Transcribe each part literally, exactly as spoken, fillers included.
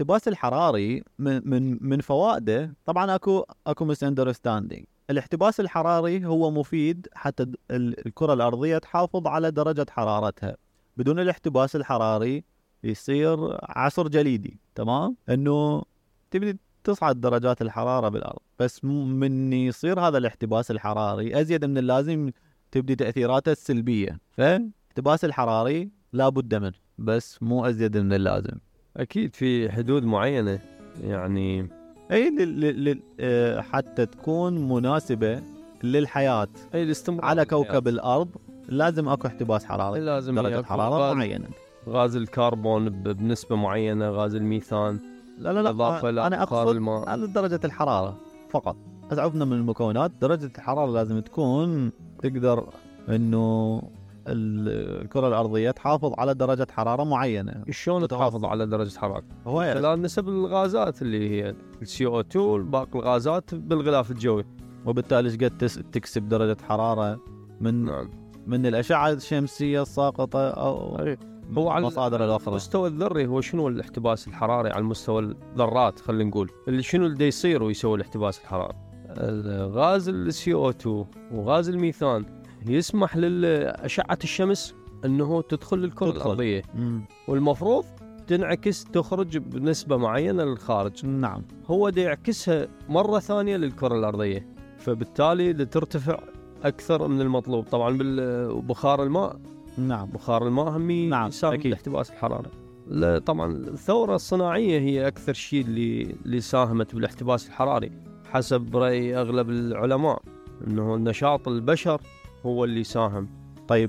الاحتباس الحراري من من من فوائده طبعا اكو اكو مس اندرستاندينج. الاحتباس الحراري هو مفيد حتى الكرة الأرضية تحافظ على درجة حرارتها. بدون الاحتباس الحراري يصير عصر جليدي، تمام؟ انه تبدي تصعد درجات الحرارة بالأرض، بس من يصير هذا الاحتباس الحراري أزيد من اللازم تبدي تأثيراته السلبية. فالاحتباس الحراري لا بد منه، بس مو أزيد من اللازم. أكيد في حدود معينة يعني، أي ل... ل... ل... حتى تكون مناسبة للحياة، أي الاستمرار على كوكب الحياة. الأرض لازم أكو احتباس حراري، لازم درجة حرارة غاز معينة. غاز الكربون بنسبة معينة، غاز الميثان. لا لا لا إضافة أنا لبخار أقصد الماء. على درجة الحرارة فقط. عرفنا من المكونات درجة الحرارة لازم تكون تقدر إنه الكرة الأرضية تحافظ على درجة حرارة معينة. شلون تحافظ على درجة حرارة؟ هو خلال نسب الغازات اللي هي السي او اثنين والباقي الغازات بالغلاف الجوي، وبالتالي ايش قد تكسب درجة حرارة من نعم. من الأشعة الشمسية الساقطة أو هو على المصادر الأخرى. المستوى الذري هو شنو الاحتباس الحراري على المستوى الذرات، خلينا نقول اللي شنو اللي يصير ويسوي الاحتباس الحراري. الغاز السي او اثنين وغاز الميثان يسمح للأشعة الشمس انه تدخل للكرة الأرضية، والمفروض تنعكس تخرج بنسبة معينة للخارج. نعم. هو دا يعكسها مرة ثانية للكرة الأرضية، فبالتالي ترتفع أكثر من المطلوب. طبعا بالبخار الماء، نعم، بخار الماء هم نعم. يساهم بالاحتباس الحراري. طبعا الثورة الصناعية هي أكثر شيء اللي اللي ساهمت بالاحتباس الحراري حسب رأي أغلب العلماء، إنه النشاط البشر هو اللي ساهم. طيب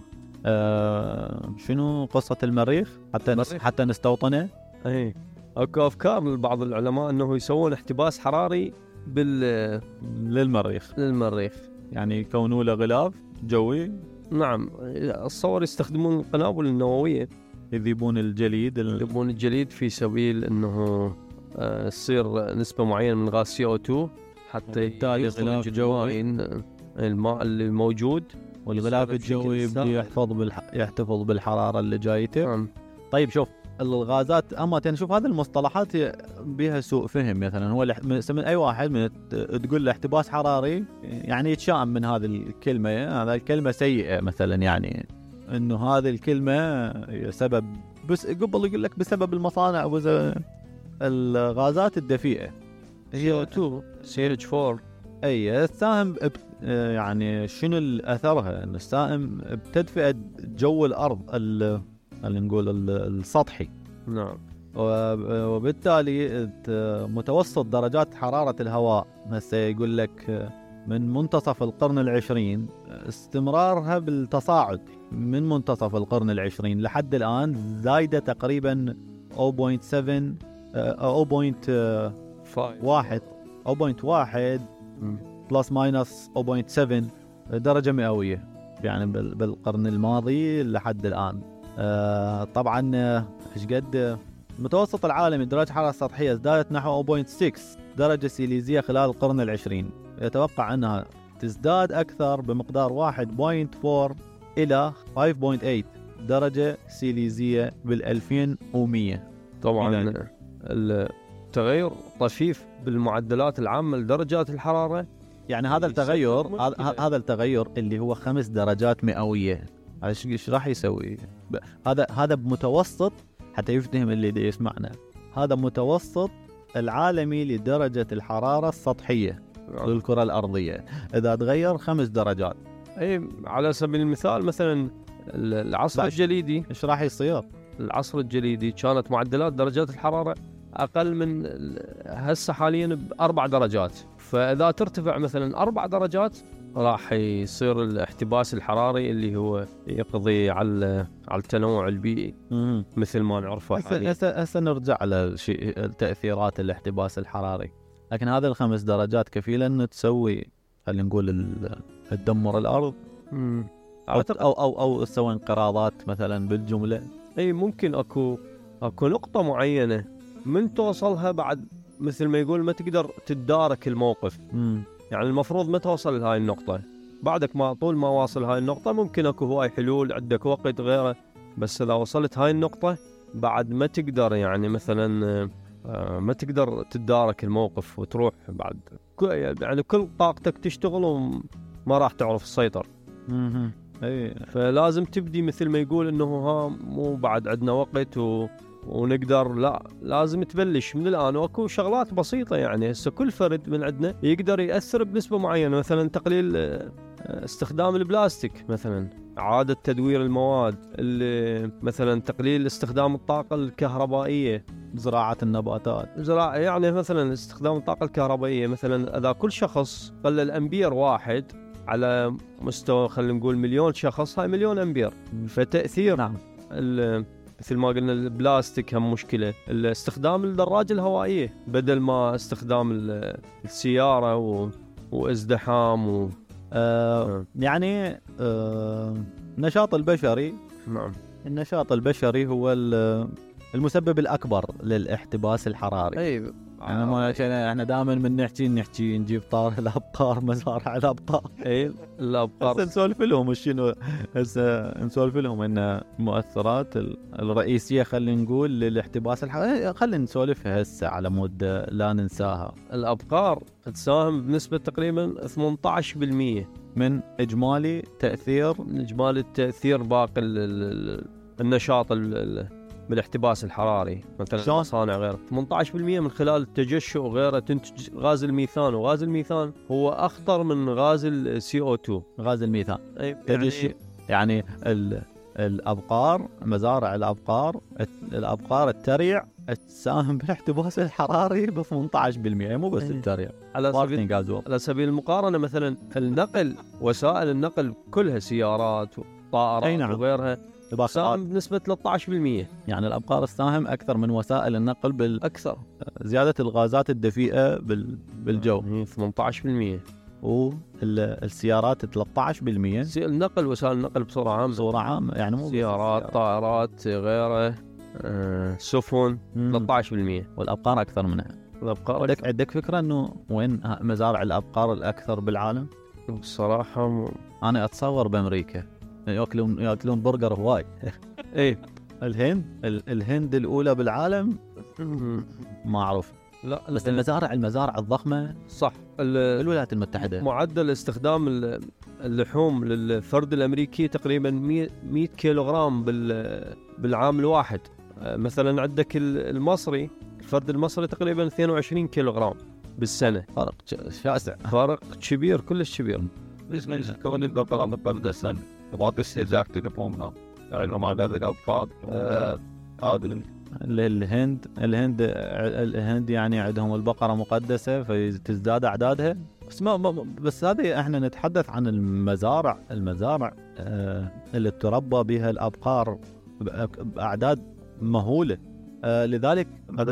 آه شنو قصة المريخ حتى نس... حتى نستوطنه؟ اي اكو افكار لبعض العلماء انه يسوون احتباس حراري بال للمريخ للمريخ يعني يكونوا له غلاف جوي. نعم، الصور يستخدمون القنابل النووية، يذيبون الجليد ال... يذيبون الجليد في سبيل انه تصير نسبة معينة من غاز سي او اثنين حتى بالتالي غلاف جوي الماء اللي موجود، والغلاف الجوي يبدي يحفظ بالح... يحتفظ بالحرارة اللي جايته. نعم. طيب شوف الغازات، اما تنشوف هذه المصطلحات بها سوء فهم. مثلا هو من اي واحد من تقول له احتباس حراري يعني يتشائم من هذه الكلمة، هذا الكلمة سيئة مثلا، يعني انه هذه الكلمة سبب، بس قبل يقول لك بسبب المصانع وز الغازات الدفيئة سي او اثنين سي اتش أربعة. اي الساهم يعني شنو اثرها؟ ان الساهم بتدفئة جو الارض ال خلينا نقول السطحي. نعم. وبالتالي متوسط درجات حرارة الهواء هسه يقول لك من منتصف القرن العشرين استمرارها بالتصاعد من منتصف القرن العشرين لحد الآن زايدة تقريبا صفر فاصلة سبعة أو واحد أو واحد بلس ماينس صفر فاصلة سبعة درجة مئوية يعني بالقرن الماضي لحد الآن. آه طبعا ايش قد المتوسط العالمي درجة الحرارة السطحية ازدادت نحو صفر فاصلة ستة درجة سيليزية خلال القرن العشرين. يتوقع أنها تزداد أكثر بمقدار واحد فاصلة أربعة إلى خمسة فاصلة ثمانية درجة سيليزية بالألفين ومية. طبعا التغير طفيف بالمعدلات العامة لدرجات الحرارة، يعني هذا التغير هذا التغير اللي هو خمس درجات مئوية ايش راح يسوي؟ هذا هذا بمتوسط حتى يفتهم اللي يسمعنا، هذا متوسط العالمي لدرجة الحرارة السطحية للكرة الأرضية. إذا تغير خمس درجات، أي على سبيل المثال مثلا العصر الجليدي إيش راح يصير؟ العصر الجليدي كانت معدلات درجات الحرارة أقل من هسه حاليا بأربع درجات، فإذا ترتفع مثلا أربع درجات راح يصير الاحتباس الحراري اللي هو يقضي على على التنوع البيئي مم. مثل ما نعرفه حاليا. هسه هسه نرجع على شيء تأثيرات الاحتباس الحراري، لكن هذه الخمس درجات كفيلة أن تسوي خلينا نقول تدمر الأرض مم. أو أو أو, أو تسوي انقراضات مثلا بالجملة. أي ممكن أكو أكو نقطة معينة من توصلها بعد مثل ما يقول ما تقدر تدارك الموقف. مم. يعني المفروض ما توصل لهاي النقطة، بعدك ما طول ما واصل هاي النقطة ممكن اكو هواي حلول عندك وقت غيره، بس اذا وصلت هاي النقطة بعد ما تقدر يعني مثلا ما تقدر تدارك الموقف وتروح بعد يعني كل طاقتك تشتغل وما راح تعرف تسيطر. اي فلازم تبدي مثل ما يقول انه ها مو بعد عندنا وقت و... ونقدر، لا لازم تبلش من الان. واكو شغلات بسيطه يعني هسه كل فرد من عندنا يقدر ياثر بنسبه معينه، مثلا تقليل استخدام البلاستيك، مثلا اعاده تدوير المواد، مثلا تقليل استخدام الطاقه الكهربائيه، زراعه النباتات، زراعه يعني مثلا استخدام الطاقه الكهربائيه. مثلا اذا كل شخص قلل امبير واحد على مستوى خلينا نقول مليون شخص، هاي مليون امبير. فتاثير نعم مثل ما قلنا البلاستيك هم مشكله. استخدام الدراجه الهوائيه بدل ما استخدام السياره و... وازدحام و... آه يعني آه النشاط البشري. نعم النشاط البشري هو المسبب الاكبر للاحتباس الحراري. اي يعني ما احنا دائما من نحكي نحكي نجيب طار الابقار، مزارع الابقار. اي الابقار هسه نسولف لهم شنو، هسه نسولف لهم ان المؤثرات الرئيسيه خلينا نقول للاحتباس الحراري، خلينا نسولفها هسه على مود لا ننساها. الابقار تساهم بنسبه تقريبا ثمانية عشر بالمئة من اجمالي تاثير من اجمالي التاثير باقي النشاط بالاحتباس الحراري، مثلا مصانع غيره. ثمانية عشر بالمئة من خلال التجشؤ وغيره تنتج غاز الميثان، وغاز الميثان هو اخطر من غاز السي او اثنين، غاز الميثان. أي تجشؤ يعني, يعني ال الابقار، مزارع الابقار الابقار التريع تساهم بالاحتباس الحراري ب ثمانية عشر بالمئة، مو بس التريع. على سبيل على سبيل المقارنه مثلا النقل، وسائل النقل كلها سيارات وطائرات نعم. وغيرها تساهم بنسبه ثلاثة عشر بالمئة. يعني الابقار تساهم اكثر من وسائل النقل بالاكثر زياده الغازات الدفيئه بال... بالجو ثمانية عشر بالمئة، والسيارات ثلاثة عشر بالمئة. النقل، وسائل النقل بصوره عامه بصوره عامه يعني مو سيارات، طائرات، غيره، آه، سفن، ثلاثة عشر بالمئة. والابقار اكثر منها. الابقار عندك عندك فكره انه وين مزارع الابقار الاكثر بالعالم؟ بصراحه م... انا اتصور بامريكا ياكلون ياكلون برجر هواي. ايه الهند ال... الهند الاولى بالعالم ما اعرف. لا بس المزارع المزارع الضخمه صح. الولايات المتحده معدل استخدام اللحوم للفرد الامريكي تقريبا مئة كيلوغرام بالعام الواحد. مثلا عندك المصري، الفرد المصري تقريبا اثنين وعشرين كيلوغرام بالسنه. فرق شاسع، فرق كبير، كلش كبير. الهند الهند الهند يعني عندهم البقرة مقدسة فتزداد أعدادها. بس ما بس هذه احنا نتحدث عن المزارع المزارع آه اللي تربى بها الأبقار بأعداد مهولة. آه لذلك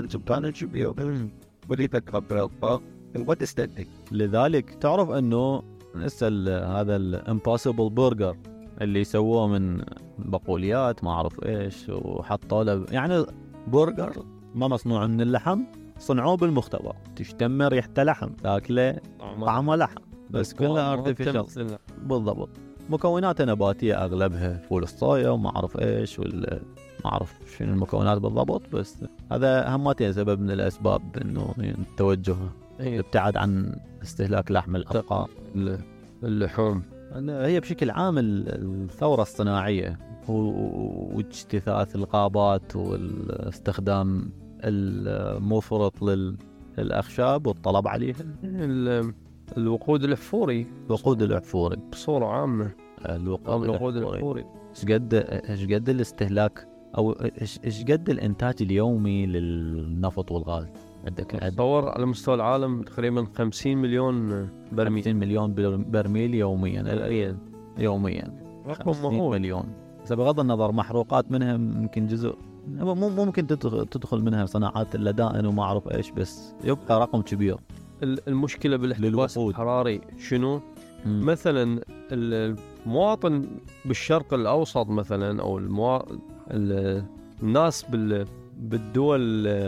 لذلك تعرف انه هسه هذا الامبوسيبل برجر اللي يسووه من بقوليات ما اعرف ايش، وحطوا له يعني برجر ما مصنوع من اللحم، صنعوه بالمختبر، تشتم ريحته لحم، تاكله طعمه لحم، بس كله ارتفيشال. بالضبط. مكونات نباتيه اغلبها، فول الصويا وما اعرف ايش وال ما اعرف شنو المكونات بالضبط، بس هذا همتين سبب من الاسباب انه التوجه الابتعاد عن استهلاك لحم الابقار. اللحوم هي بشكل عام الثورة الصناعية واجتثاث الغابات والاستخدام المفرط للأخشاب والطلب عليها، الوقود الأحفوري الوقود الأحفوري بصورة عامة. الوقود الأحفوري ايش قد ايش قد الاستهلاك او ايش قد الانتاج اليومي للنفط والغاز؟ عندك تصور على مستوى العالم تقريبا خمسين مليون برميل. خمسين مليون برميل يوميا يوميا رقم مهول. مليون. بغض النظر محروقات منها يمكن جزء، مو ممكن تدخل منها صناعات اللدائن وما اعرف ايش، بس يبقى رقم كبير. المشكله بالاحتباس الحراري شنو؟ مم. مثلا المواطن بالشرق الاوسط مثلا، او الموا... الناس بال بالدول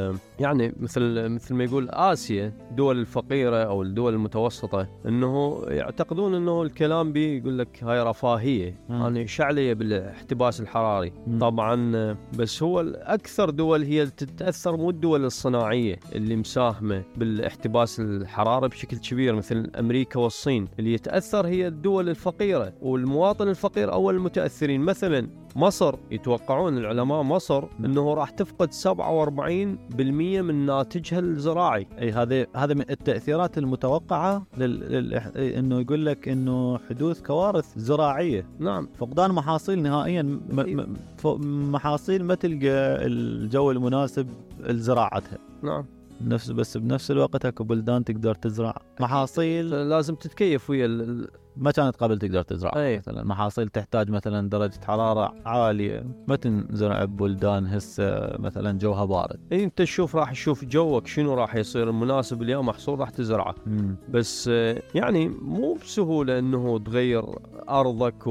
يعني مثل مثل ما يقول آسيا، الدول الفقيرة أو الدول المتوسطة، إنه يعتقدون إنه الكلام بي يقول لك هاي رفاهية، يعني شعلية بالاحتباس الحراري. مم. طبعا بس هو الأكثر دول هي تتأثر مو الدول الصناعية اللي مساهمة بالاحتباس الحراري بشكل كبير مثل أمريكا والصين. اللي يتأثر هي الدول الفقيرة، والمواطن الفقير أول المتأثرين. مثلا مصر، يتوقعون العلماء مصر انه راح تفقد سبعة وأربعين بالمئة من ناتجها الزراعي. اي هذه هذه من التاثيرات المتوقعه لل... لل... انه يقول لك انه حدوث كوارث زراعيه. نعم، فقدان محاصيل نهائيا، م... م... ف... محاصيل ما تلقى الجو المناسب لزراعتها. نعم، نفس بس بنفس الوقت اكو بلدان تقدر تزرع محاصيل لازم تتكيف ويا ال... ما كانت قبل تقدر تزرع. أي. مثلا محاصيل تحتاج مثلا درجة حرارة عالية ما تنزرع ببلدان هسه مثلا جوها بارد. إيه، انت تشوف راح تشوف جوك شنو راح يصير المناسب اليوم محصول راح تزرعه. مم. بس يعني مو بسهولة انه تغير ارضك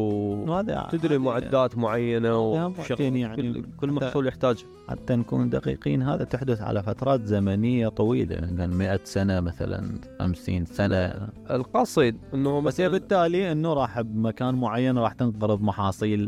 وتدري معدات معينة وشغل يعني كل محصول يحتاج. حتى نكون دقيقين هذا تحدث على فترات زمنية طويلة، يعني مئة سنة مثلا، خمسين سنة. القصد انه بس بالتالي انه راح بمكان معين راح تنقرض محاصيل،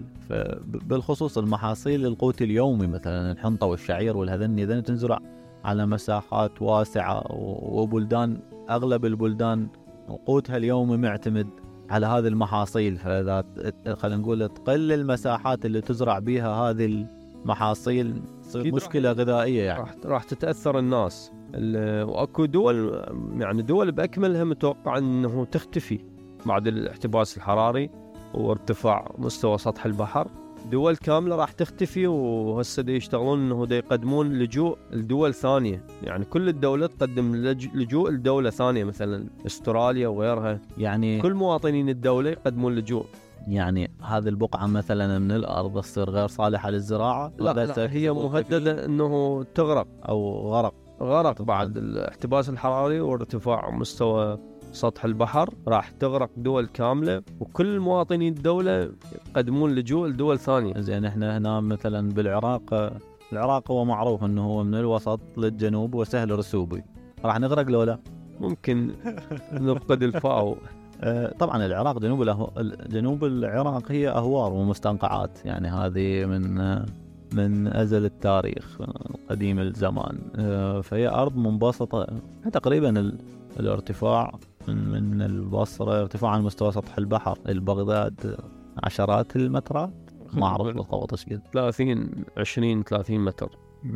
بالخصوص المحاصيل القوت اليومي مثلا الحنطة والشعير والهذن، اذا تنزرع على مساحات واسعة وبلدان اغلب البلدان قوتها اليومي معتمد على هذه المحاصيل، فاذا خلينا نقول تقل المساحات اللي تزرع بها هذه المحاصيل تصير مشكلة غذائية. يعني راح راح تتأثر الناس. واكو دول يعني دول باكملها متوقع انه تختفي بعد الاحتباس الحراري وارتفاع مستوى سطح البحر. دول كاملة راح تختفي، وهسه دي يشتغلون انه دي يقدمون لجوء لدول ثانية. يعني كل الدولة تقدم لجوء لدولة ثانية مثلا استراليا وغيرها. يعني كل مواطنين الدولة يقدمون لجوء. يعني هذه البقعة مثلا من الأرض تصير غير صالحة للزراعة. لا, لا هي مهددة انه تغرق او غرق غرق بعد الاحتباس الحراري وارتفاع مستوى سطح البحر. راح تغرق دول كاملة، وكل مواطنين الدولة يقدمون لجوء لدول ثانية. زين احنا هنا مثلا بالعراق، العراق هو معروف انه هو من الوسط للجنوب وسهل رسوبي، راح نغرق لو لا؟ ممكن نفقد الفاو. طبعا العراق جنوب الأهو... جنوب العراق هي أهوار ومستنقعات، يعني هذه من من أزل التاريخ قديم الزمان. فهي أرض منبسطة تقريبا. الارتفاع من من البصرة ارتفاع عن مستوى سطح البحر البغداد عشرات المترات، ما أعرف بالضبط ايش قد، ثلاثين عشرين ثلاثين متر.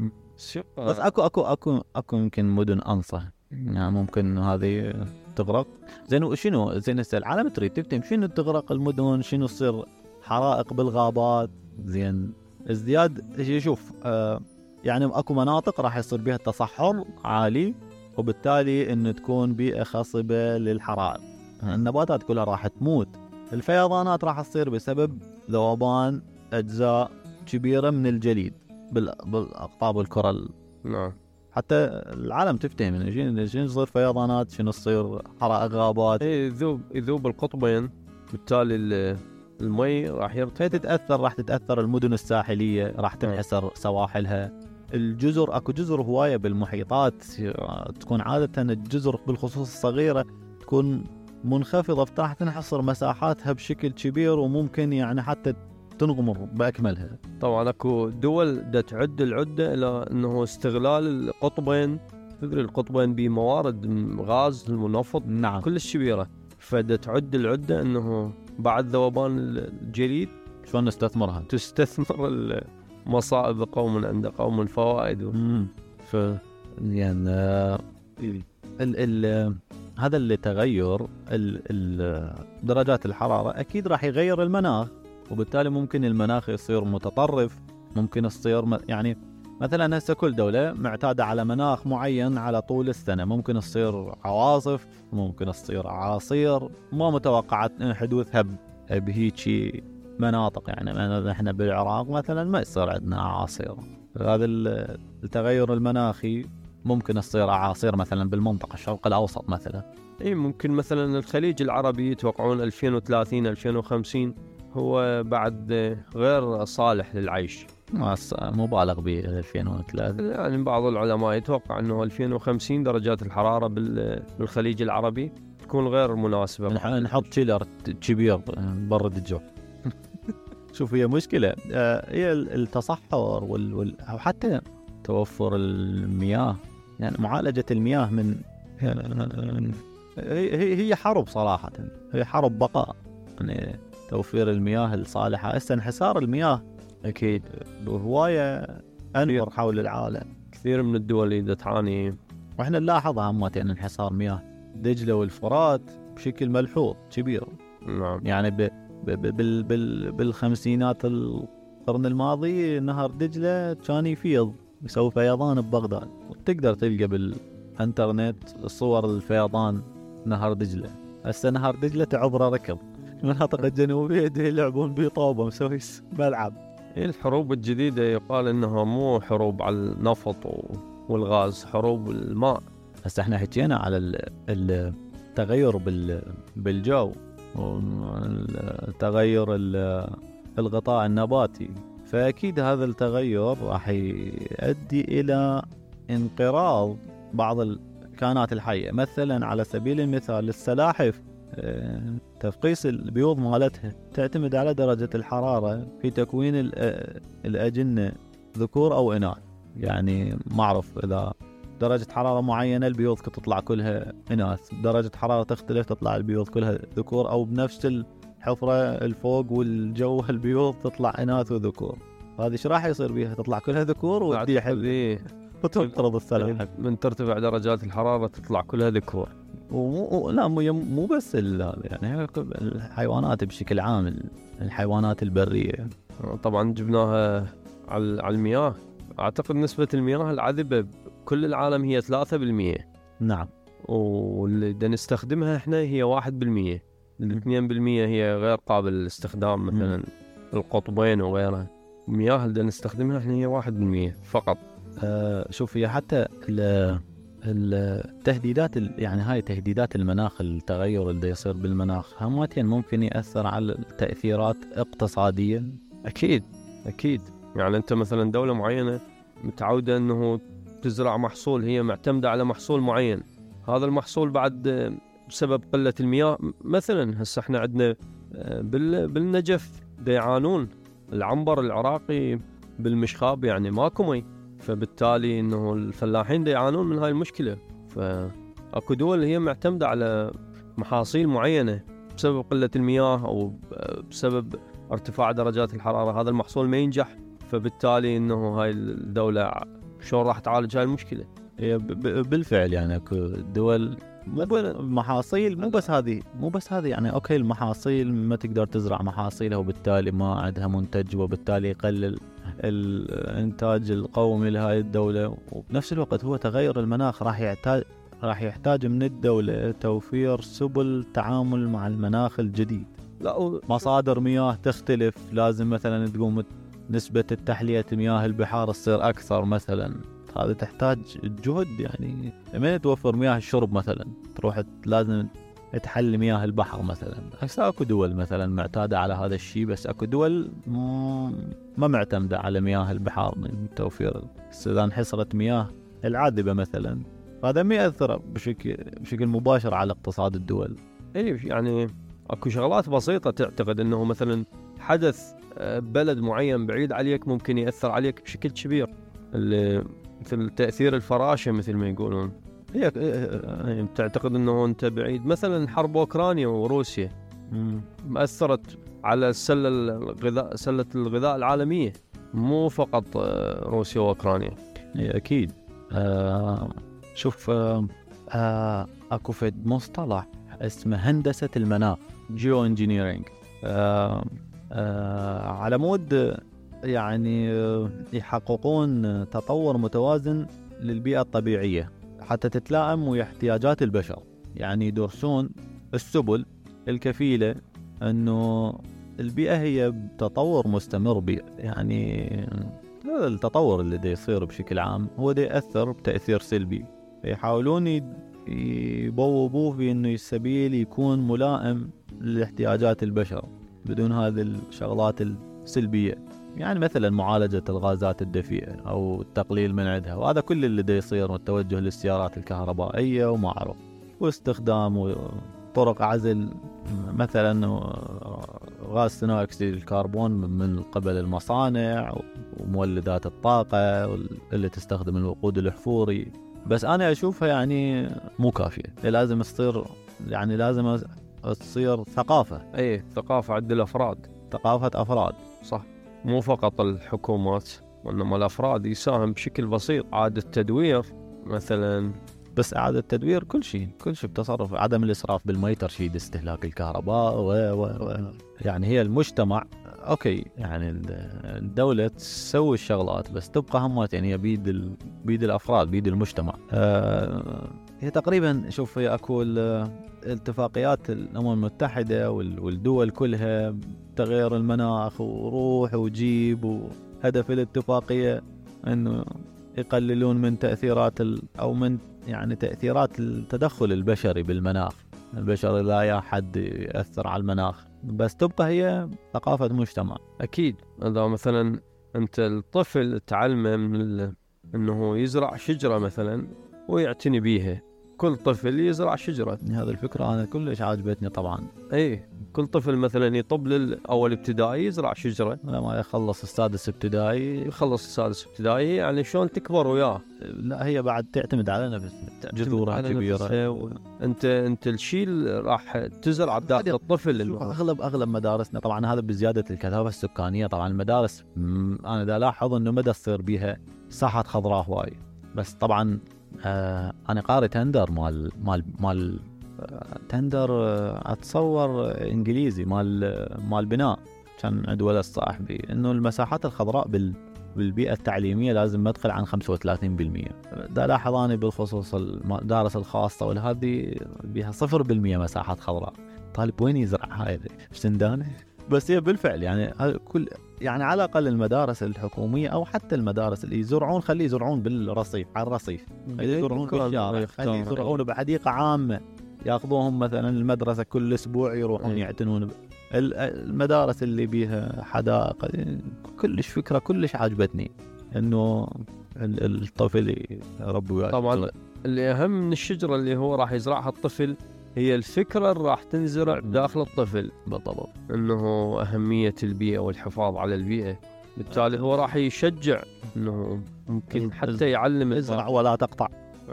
بس اكو اكو اكو اكو يمكن مدن أنصة يعني ممكن هذه تغرق. زين وشنو زين هسه العالم تريد تفتهم شنو تغرق المدن، شنو تصير حرائق بالغابات. زين ازدياد شوف آه يعني اكو مناطق راح يصير بها تصحر عالي، وبالتالي انه تكون بيئة خصبة للحرائق، النباتات كلها راح تموت. الفيضانات راح تصير بسبب ذوبان اجزاء كبيرة من الجليد بالاقطاب الكرة. نعم. حتى العالم تفتهم انه شنو شنو يصير فيضانات، شنو تصير حرائق غابات. اي يذوب يذوب القطبين، بالتالي المي راح يرتفع، تتاثر راح تتاثر المدن الساحليه، راح تنحسر سواحلها. الجزر اكو جزر هوايه بالمحيطات تكون عاده الجزر بالخصوص الصغيره تكون منخفضه، فراح تنحصر مساحاتها بشكل كبير وممكن يعني حتى تنغمر باكملها. طبعا اكو دول دا تعد العده الى انه استغلال القطبين، تدري القطبين بموارد غاز المنفط نعم كلش كبيره، فدا تعد العده انه بعد ذوبان الجليد شلون نستثمرها، تستثمر مصائب قوم عند قوم فوائد. ف يعني ال ال هذا اللي تغير ال ال درجات الحراره اكيد راح يغير المناخ، وبالتالي ممكن المناخ يصير متطرف، ممكن يصير يعني مثلا هسه كل دولة معتادة على مناخ معين على طول السنة، ممكن تصير عواصف، ممكن تصير أعاصير ما متوقعة حدوثها بهيجي مناطق. يعني احنا بالعراق مثلا ما يصير عندنا أعاصير، هذا التغير المناخي ممكن تصير أعاصير مثلا بالمنطقة الشرق الأوسط مثلا. اي ممكن مثلا الخليج العربي يتوقعون ألفين وثلاثين ألفين وخمسين هو بعد غير صالح للعيش، ما س- مبالغ به ألفين وثلاثة. يعني بعض العلماء يتوقع أنه ألفين وخمسين درجات الحرارة بال- بالخليج العربي تكون غير مناسبة. نح- نحط تشيلر كبير نبرد الجو. شوف هي مشكلة، آه، هي ال- التصحر وال... وال... أو حتى توفر المياه، يعني معالجة المياه من هي هي هي حرب صراحة، هي حرب بقاء. يعني توفير المياه الصالحة، هسه انحسار المياه أكيد هواية أنفر حول العالم. كثير من الدول اللي تعاني، واحنا نلاحظها عامة يعني انحسار مياه دجلة والفرات بشكل ملحوظ كبير. نعم يعني ب... ب... ب... بال... بال... بالخمسينات القرن الماضي نهر دجلة كان يفيض، يسوي فيضان ببغداد، وتقدر تلقى بالانترنت صور الفيضان نهر دجلة. هسه نهر دجلة تعبره ركض، المناطق الجنوبية دي يلعبون بيه طوبة، مسوي ملعب. الحروب الجديدة يقال إنها مو حروب على النفط والغاز، حروب الماء. هسه احنا حكينا على ال- التغير بال... بالجو، والتغير ال- الغطاء النباتي، فأكيد هذا التغير راح يؤدي إلى انقراض بعض الكائنات الحية. مثلا على سبيل المثال السلاحف، آه، تفقيس البيوض مالتها تعتمد على درجة الحرارة في تكوين ال- آه، الأجنة، ذكور أو إناث. يعني ما أعرف إذا درجة حرارة معينة البيوض تطلع كلها إناث، درجة حرارة تختلف تطلع البيوض كلها ذكور، أو بنفس الحفرة الفوق والجو البيوض تطلع إناث وذكور. هذه ايش راح يصير بيها؟ تطلع كلها ذكور وتديح إيه وتنقرض السلاحف. من ترتفع درجات الحرارة تطلع كلها ذكور. ومو لا مو مو بس ال- هذا، يعني هي الحيوانات بشكل عام، الحيوانات البرية. طبعا جبناها على على المياه، أعتقد نسبة المياه العذبة بكل العالم هي ثلاثة بالمية، نعم. واللي بدنا نستخدمها احنا هي واحد بالمية، الاثنين بالمية هي غير قابل للاستخدام، مثلا القطبين وغيرها. المياه اللي بدنا نستخدمها احنا هي واحد بالمية فقط. آه شوف هي حتى ال- التهديدات ال- يعني هاي تهديدات المناخ، التغير اللي يصير بالمناخ همتين ممكن يأثر على التأثيرات اقتصادية. أكيد أكيد. يعني أنت مثلا دولة معينة متعودة أنه تزرع محصول، هي معتمدة على محصول معين، هذا المحصول بعد بسبب قلة المياه مثلا هسه احنا عندنا بال- بالنجف ديعانون، العنبر العراقي بالمشخاب يعني ماكو مي، فبالتالي انه الفلاحين ديعانون من هاي المشكلة. فاكو دول هي معتمدة على محاصيل معينة، بسبب قلة المياه او بسبب ارتفاع درجات الحرارة هذا المحصول ما ينجح، فبالتالي انه هاي الدولة شلون راح تعالج هاي المشكلة؟ هي ب- ب- بالفعل يعني اكو دول محاصيل، مو بس هذه مو بس هذه يعني اوكي المحاصيل ما تقدر تزرع محاصيلها وبالتالي ما عندها منتج، وبالتالي يقلل الانتاج القومي لهذه الدولة. وبنفس الوقت هو تغير المناخ راح يحتاج راح يحتاج من الدولة توفير سبل تعامل مع المناخ الجديد. لا مصادر مياه تختلف، لازم مثلا تقوم نسبة التحلية مياه البحار تصير أكثر مثلا، هذا تحتاج جهد. يعني من توفر مياه الشرب مثلا تروح لازم تحل مياه البحر مثلا. هسه اكو دول مثلا معتادة على هذا الشيء، بس اكو دول ما معتمدة على مياه البحار من توفير. إذا انحصرت مياه العذبة مثلا هذا ما يأثر بشكل بشكل مباشر على اقتصاد الدول. اي يعني اكو شغلات بسيطة تعتقد انه مثلا حدث بلد معين بعيد عليك ممكن يأثر عليك بشكل كبير، اللي مثل تأثير الفراشة مثل ما يقولون. هي يعني تعتقد انه انت بعيد، مثلا حرب اوكرانيا وروسيا مأثرت على السلة الغذاء سلة الغذاء العالمية، مو فقط روسيا واوكرانيا. اي اكيد. آه شوف آه آه اكو فد مصطلح اسمه هندسة المناخ، جيو انجينيرينج، آه آه على مود يعني يحققون تطور متوازن للبيئة الطبيعية حتى تتلائم ويا احتياجات البشر. يعني يدرسون السبل الكفيلة أنه البيئة هي بتطور مستمر بي. يعني هذا التطور اللي دا يصير بشكل عام هو دا يأثر بتأثير سلبي، يحاولون يبوبوه في أنه السبيل يكون ملائم لاحتياجات البشر بدون هذه الشغلات السلبية. يعني مثلا معالجة الغازات الدفيئة أو التقليل من عندها، وهذا كل اللي دا يصير، والتوجه للسيارات الكهربائية وما أعرف، واستخدام طرق عزل مثلا غاز ثاني أكسيد الكربون من قبل المصانع ومولدات الطاقة اللي تستخدم الوقود الأحفوري. بس أنا أشوفها يعني مو كافية، لازم تصير يعني لازم تصير ثقافة. اي ثقافة عند الافراد، ثقافة أفراد. صح، مو فقط الحكومات وإنما الأفراد يساهم بشكل بسيط. إعادة تدوير مثلا. بس إعادة تدوير كل شيء كل شيء بتصرف، عدم الإسراف بالمي، ترشيد استهلاك الكهرباء و... و... و... يعني هي المجتمع أوكي، يعني الدولة تسوي الشغلات بس تبقى همات يعني بيد ال... بيد الأفراد، بيد المجتمع. آه... هي تقريبا شوف هي أكو اتفاقيات الأمم المتحدة والدول كلها تغيير المناخ وروح وجيب، وهدف الاتفاقية أنه يقللون من تأثيرات ال... أو من يعني تأثيرات التدخل البشري بالمناخ. البشر لا يا حد يأثر على المناخ، بس تبقى هي ثقافة مجتمع. أكيد إذا مثلا أنت الطفل تعلمه من ال... أنه يزرع شجرة مثلا ويعتني بيها، كل طفل يزرع شجرة. هذا الفكرة أنا كلش عاجبتني طبعا. أي كل طفل مثلا يطب للأول ابتدائي يزرع شجرة، لما يخلص السادس ابتدائي يخلص السادس ابتدائي، يعني شلون تكبر وياه. لا هي بعد تعتمد على نفس جذورها كبيرة. و... أنت أنت الشيء راح تزرع بداخل الطفل. إنه أغلب أغلب مدارسنا طبعا هذا بزيادة الكثافة السكانية. طبعا المدارس أنا دا لاحظ إنه ما تصير بيها ساحات خضراء هواي. بس طبعا آه أنا قاري تندر مال مال مال تندر آه أتصور إنجليزي مال مال بناء، كان عند ولد صاحبي إنه المساحات الخضراء بال بالبيئة التعليمية لازم ما تقل عن خمسة وثلاثين بالمئة. دا لاحظ أنا بالخصوص المدارس الخاصة والهذه بها صفر بالمئة مساحات خضراء. طالب وين يزرع هاي بسندانة؟ بس هي بالفعل يعني كل يعني على الأقل المدارس الحكومية أو حتى المدارس اللي يزرعون خليه يزرعون بالرصيف، على الرصيف، يزرعون بالشارع، خليه يزرعون بحديقة عامة، ياخذوهم مثلا المدرسة كل أسبوع يروحون يعتنون. المدارس اللي بيها حدائق كلش فكرة كلش عجبتني، إنه الطفل يربي وياه. طبعا اللي أهم من الشجرة اللي هو راح يزرعها الطفل هي الفكرة اللي راح تنزرع داخل الطفل. بالضبط، إنه أهمية البيئة والحفاظ على البيئة، بالتالي هو راح يشجع إنه ممكن حتى يعلم ازرع ولا تقطع.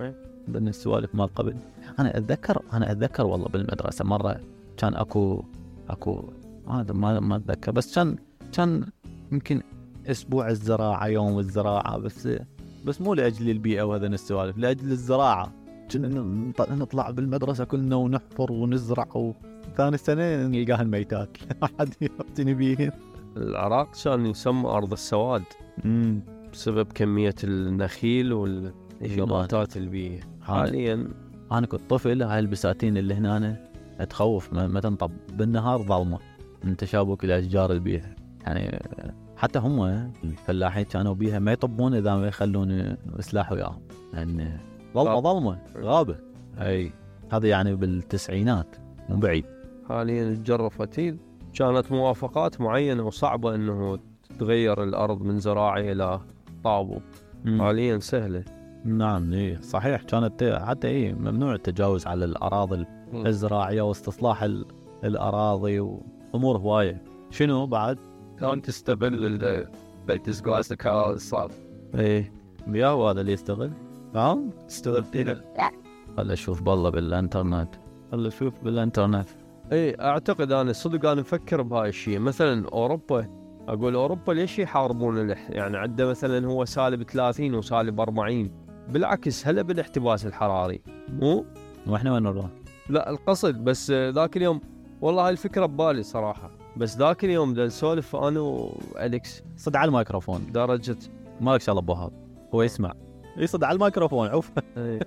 من السوالف ما قبل أنا أتذكر أنا أتذكر والله بالمدرسة مرة كان أكو أكو هذا ما ما أتذكر، بس كان كان يمكن أسبوع الزراعة، يوم الزراعة، بس بس مو لأجل البيئة وهذا السوالف، لأجل الزراعة. كنا نطلع بالمدرسة كلنا ونحفر ونزرع، وثاني سنة نلقاها الميتات لا أحد يعتني بيهن. العراق كان يسمى أرض السواد امم بسبب كمية النخيل والنباتات البيئة. حاليا أنا كنت طفل، هاي البساتين اللي هنا تخوف ما تنطب بالنهار، ظلمة من تشابك الأشجار اللي بيها. يعني حتى هم الفلاحين كانوا بيها ما يطبون إذا ما يخلون سلاح وياهم، لأن ظلمة ظلمة غابة. أي هذا يعني بالتسعينات مو بعيد. حاليا الجرة فتيل، كانت موافقات معينة وصعبة إنه تغير الأرض من زراعي إلى طابو. مم. حاليا سهلة. نعم إيه صحيح، كانت حتى إيه ممنوع التجاوز على الأراضي الزراعية واستصلاح الأراضي وأمور هواية. شنو بعد؟ كان تستغل بالتسقاس الكهرباء الصعب. إيه بياهو هذا اللي يستغل. نعم تستغل فينا. خل أشوف بالله بالإنترنت، خل أشوف بالإنترنت. إيه أعتقد أنا صدق أنا أفكر بهاي الشيء. مثلا أوروبا، أقول أوروبا ليش يحاربون الح... يعني عنده مثلا هو سالب ثلاثين وسالب أربعين، بالعكس هلا بالاحتباس الحراري مو وإحنا وين نروح؟ لا القصد بس ذاك اليوم والله هاي الفكرة ببالي صراحة، بس ذاك اليوم دا نسولف أنا وأليكس صد على الميكروفون درجة مالك شغل بهذا هو يسمع يصد على الميكروفون. عوف اي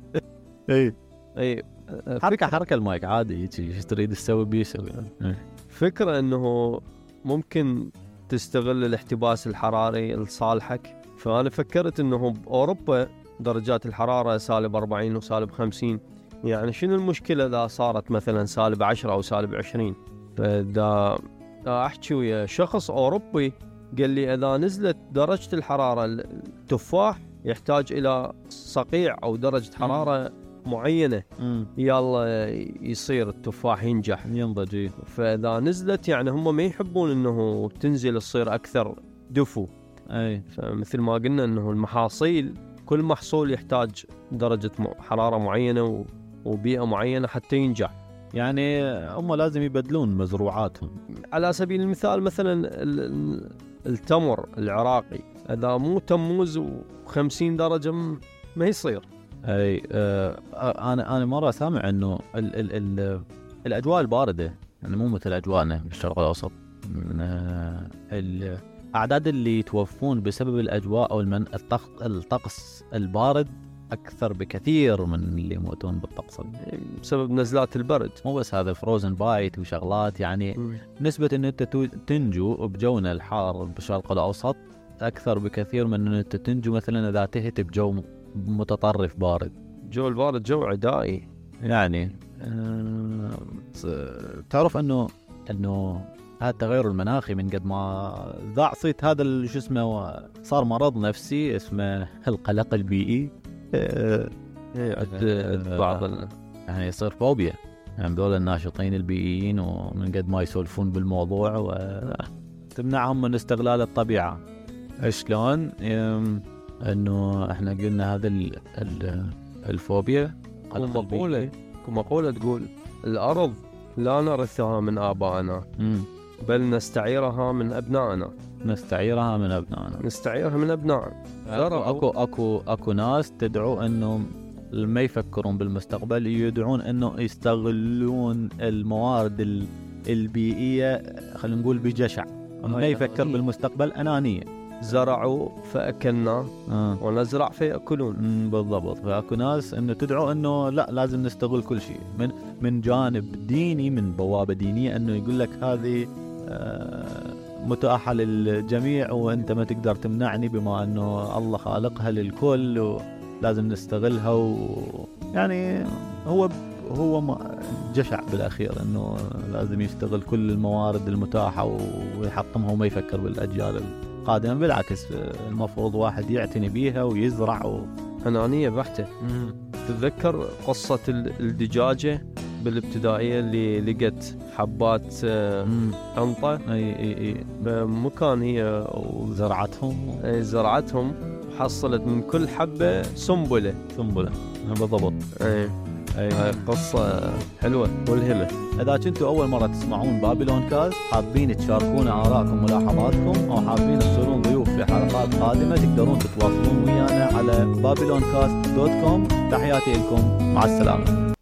اي اي حركة حركة المايك عادي يجي ايش تريد تسوي بيسوي. فكرة انه ممكن تستغل الاحتباس الحراري لصالحك. فأنا فكرت انه بأوروبا درجات الحرارة سالب أربعين وسالب خمسين، يعني شنو المشكلة إذا صارت مثلا سالب عشرة أو سالب عشرين؟ فدا احكي ويا شخص أوروبي قال لي إذا نزلت درجة الحرارة التفاح يحتاج إلى صقيع أو درجة حرارة معينة مم. يلا يصير التفاح ينجح ينضج إيه. فإذا نزلت يعني هم ما يحبون إنه تنزل تصير أكثر دفو. اي فمثل ما قلنا إنه المحاصيل كل محصول يحتاج درجة م- حرارة معينة و- وبيئة معينة حتى ينجح. يعني هم لازم يبدلون مزروعاتهم. على سبيل المثال مثلا ال- ال- التمر العراقي إذا مو تموز وخمسين درجة م- ما يصير. اي آه انا انا مره سامع انه ال ال ال الاجواء البارده يعني مو مثل اجواءنا بالشرق الاوسط. آه الاعداد اللي يتوفون بسبب الاجواء او المن الطقس الطقس البارد اكثر بكثير من اللي يموتون بالطقس ال- بسبب نزلات البرد. مو بس هذا فروزن بايت وشغلات يعني نسبة ان انت تو- تنجو بجونا الحار بالشرق الاوسط اكثر بكثير من ان انت تنجو مثلا اذا تهت بجو متطرف بارد. جو البارد جو عدائي. يعني آه، س- تعرف انه انه هذا التغير المناخي من قد ما ذاع صيت هذا ال- شو اسمه صار مرض نفسي اسمه القلق البيئي. آه، إيه، عد عد بعض ال- يعني يصير فوبيا يعني دول الناشطين البيئيين ومن قد ما يسولفون بالموضوع وتمنعهم من استغلال الطبيعة. شلون؟ يم- انه احنا قلنا هذا ال ال الفوبيا قلق مقولة البيئي. مقولة تقول الأرض لا نرثها من آبائنا مم. بل نستعيرها من أبنائنا. نستعيرها من ابنائنا. نستعيرها من أبنائنا. اكو اكو اكو, أكو ناس تدعو انه ما يفكرون بالمستقبل يدعون انه يستغلون الموارد ال- البيئية خلينا نقول بجشع. ما يفكر أنانية. بالمستقبل أنانية. زرعوا فأكلنا آه. ونزرع فيأكلون. مم، بالضبط. فاكو ناس انه تدعو انه لا لازم نستغل كل شيء من من جانب ديني من بوابه دينيه انه يقول لك هذه آه، متاحه للجميع وانت ما تقدر تمنعني بما انه الله خالقها للكل ولازم نستغلها و يعني هو هو ما- جشع بالاخير انه لازم يستغل كل الموارد المتاحه ويحطمها وما يفكر بالاجيال القادمه. بالعكس المفروض واحد يعتني بيها ويزرع و... أنانية بحتة. تتذكر قصة ال- الدجاجة بالابتدائية اللي لقت حبات آه، مم. حنطة اي اي اي بمكان هي وزرعتهم آه، زرعتهم وحصلت من كل حبة سنبلة. سنبله. بالضبط. ايه اي هاي قصة حلوة ملهمة. اذا كنتوا اول مره تسمعون بابلون كاست حابين تشاركونا ارائكم وملاحظاتكم او حابين تصيرون ضيوف في حلقات قادمه تقدرون تتواصلون ويانا على بابلون كاست دوت كوم. تحياتي لكم مع السلامه.